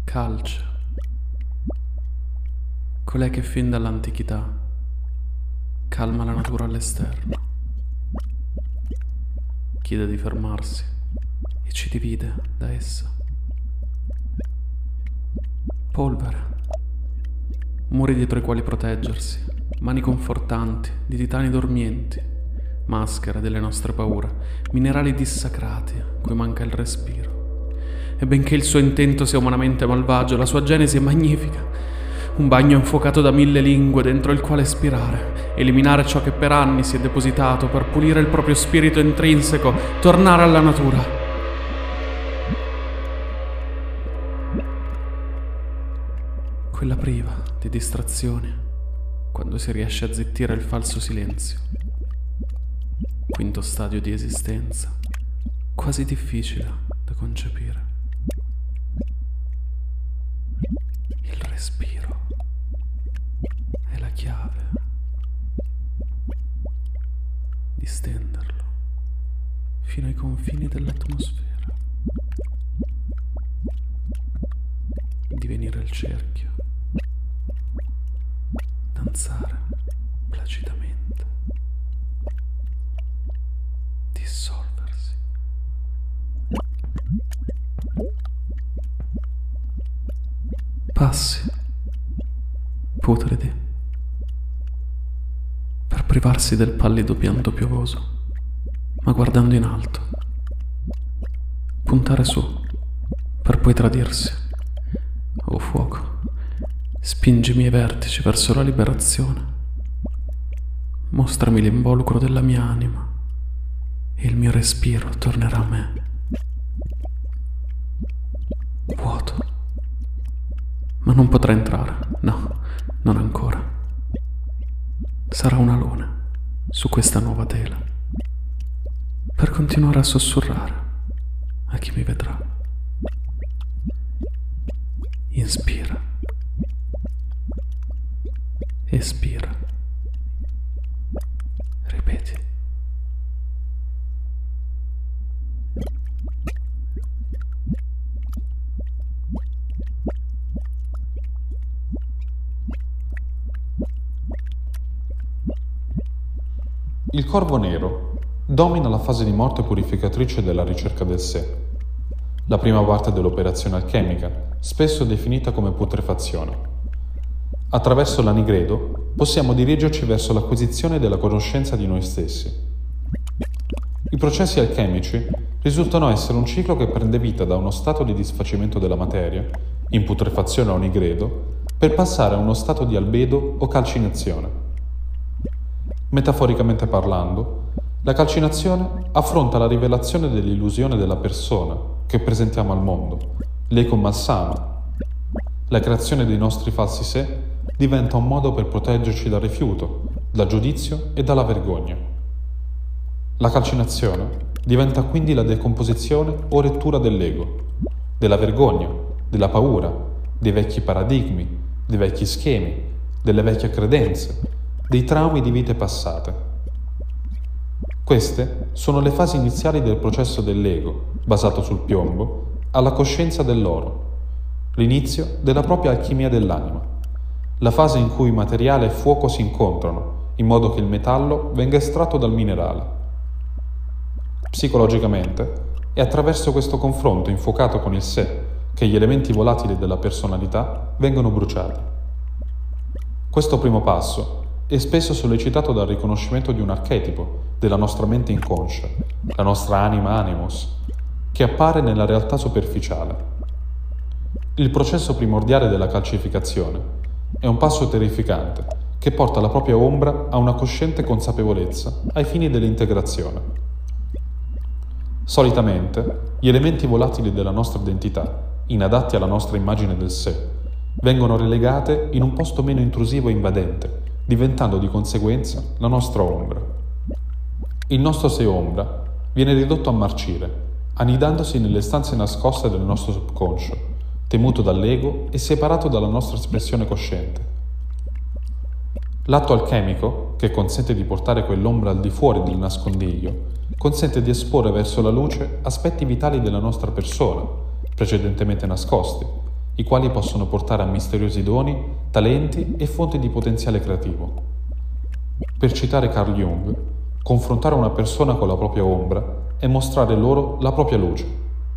Calce, colei che fin dall'antichità calma la natura all'esterno, chiede di fermarsi e ci divide da essa. Polvere, muri dietro i quali proteggersi, mani confortanti di titani dormienti, maschere delle nostre paure, minerali dissacrati cui manca il respiro. E benché il suo intento sia umanamente malvagio, la sua genesi è magnifica. Un bagno infuocato da 1000 lingue dentro il quale spirare, eliminare ciò che per anni si è depositato per pulire il proprio spirito intrinseco, tornare alla natura. Quella priva di distrazioni, quando si riesce a zittire il falso silenzio. Quinto stadio di esistenza, quasi difficile da concepire. Il respiro è la chiave di stenderlo fino ai confini dell'atmosfera, divenire il cerchio, danzare placidamente, dissolversi. Passi, putridi, per privarsi del pallido pianto piovoso, ma guardando in alto, puntare su, per poi tradirsi. O fuoco, spingi i miei vertici verso la liberazione, mostrami l'involucro della mia anima e il mio respiro tornerà a me. Vuoto. Ma non potrà entrare, no, non ancora. Sarà una luna su questa nuova tela, per continuare a sussurrare a chi mi vedrà. Inspira, espira, ripeti. Il corvo nero domina la fase di morte purificatrice della ricerca del sé, la prima parte dell'operazione alchemica, spesso definita come putrefazione. Attraverso l'anigredo possiamo dirigerci verso l'acquisizione della conoscenza di noi stessi. I processi alchemici risultano essere un ciclo che prende vita da uno stato di disfacimento della materia, in putrefazione o anigredo, per passare a uno stato di albedo o calcinazione. Metaforicamente parlando, la calcinazione affronta la rivelazione dell'illusione della persona che presentiamo al mondo, l'ego malsano. La creazione dei nostri falsi sé diventa un modo per proteggerci dal rifiuto, dal giudizio e dalla vergogna. La calcinazione diventa quindi la decomposizione o rettura dell'ego, della vergogna, della paura, dei vecchi paradigmi, dei vecchi schemi, delle vecchie credenze, dei traumi di vite passate. Queste sono le fasi iniziali del processo dell'ego, basato sul piombo, alla coscienza dell'oro, l'inizio della propria alchimia dell'anima, la fase in cui materiale e fuoco si incontrano, in modo che il metallo venga estratto dal minerale. Psicologicamente, è attraverso questo confronto infuocato con il sé che gli elementi volatili della personalità vengono bruciati. Questo primo passo è spesso sollecitato dal riconoscimento di un archetipo della nostra mente inconscia, la nostra anima animus, che appare nella realtà superficiale. Il processo primordiale della calcificazione è un passo terrificante che porta la propria ombra a una cosciente consapevolezza ai fini dell'integrazione. Solitamente, gli elementi volatili della nostra identità, inadatti alla nostra immagine del sé, vengono relegate in un posto meno intrusivo e invadente, diventando di conseguenza la nostra ombra. Il nostro sé ombra viene ridotto a marcire, annidandosi nelle stanze nascoste del nostro subconscio, temuto dall'ego e separato dalla nostra espressione cosciente. L'atto alchemico, che consente di portare quell'ombra al di fuori del nascondiglio, consente di esporre verso la luce aspetti vitali della nostra persona, precedentemente nascosti, i quali possono portare a misteriosi doni, talenti e fonti di potenziale creativo. Per citare Carl Jung, confrontare una persona con la propria ombra è mostrare loro la propria luce.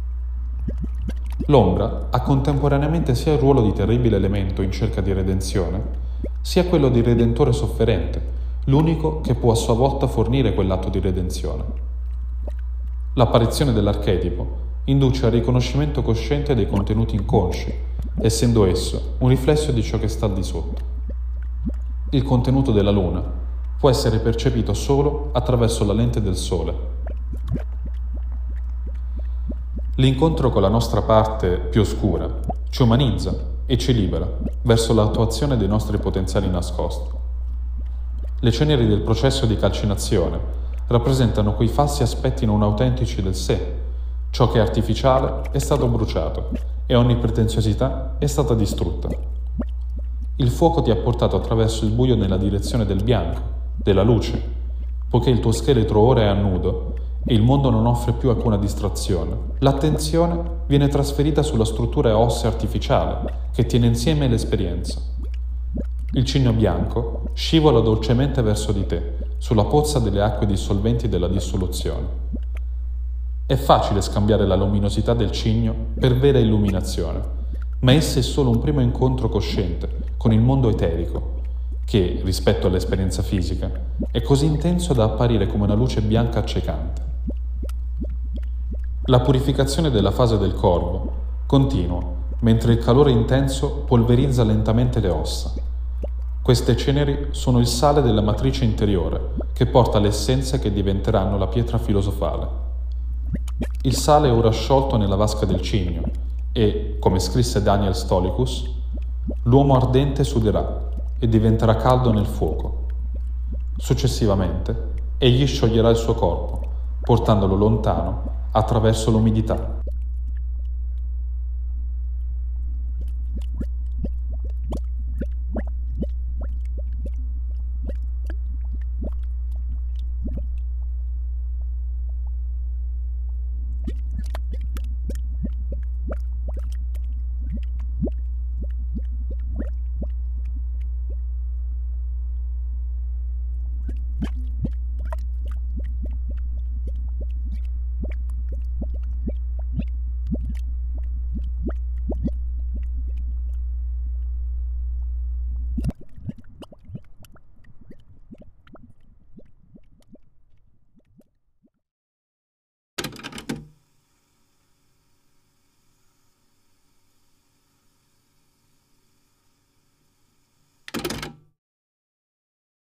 L'ombra ha contemporaneamente sia il ruolo di terribile elemento in cerca di redenzione, sia quello di redentore sofferente, l'unico che può a sua volta fornire quell'atto di redenzione. L'apparizione dell'archetipo induce al riconoscimento cosciente dei contenuti inconsci, essendo esso un riflesso di ciò che sta al di sotto. Il contenuto della luna può essere percepito solo attraverso la lente del sole. L'incontro con la nostra parte più oscura ci umanizza e ci libera verso l'attuazione dei nostri potenziali nascosti. Le ceneri del processo di calcinazione rappresentano quei falsi aspetti non autentici del sé. Ciò che è artificiale è stato bruciato e ogni pretenziosità è stata distrutta. Il fuoco ti ha portato attraverso il buio nella direzione del bianco, della luce, poiché il tuo scheletro ora è a nudo e il mondo non offre più alcuna distrazione. L'attenzione viene trasferita sulla struttura ossea artificiale che tiene insieme l'esperienza. Il cigno bianco scivola dolcemente verso di te, sulla pozza delle acque dissolventi della dissoluzione. È facile scambiare la luminosità del cigno per vera illuminazione, ma essa è solo un primo incontro cosciente con il mondo eterico, che, rispetto all'esperienza fisica, è così intenso da apparire come una luce bianca accecante. La purificazione della fase del corvo continua, mentre il calore intenso polverizza lentamente le ossa. Queste ceneri sono il sale della matrice interiore, che porta le essenze che diventeranno la pietra filosofale. Il sale è ora sciolto nella vasca del cigno e, come scrisse Daniel Stolicus, l'uomo ardente suderà e diventerà caldo nel fuoco. Successivamente, egli scioglierà il suo corpo, portandolo lontano attraverso l'umidità.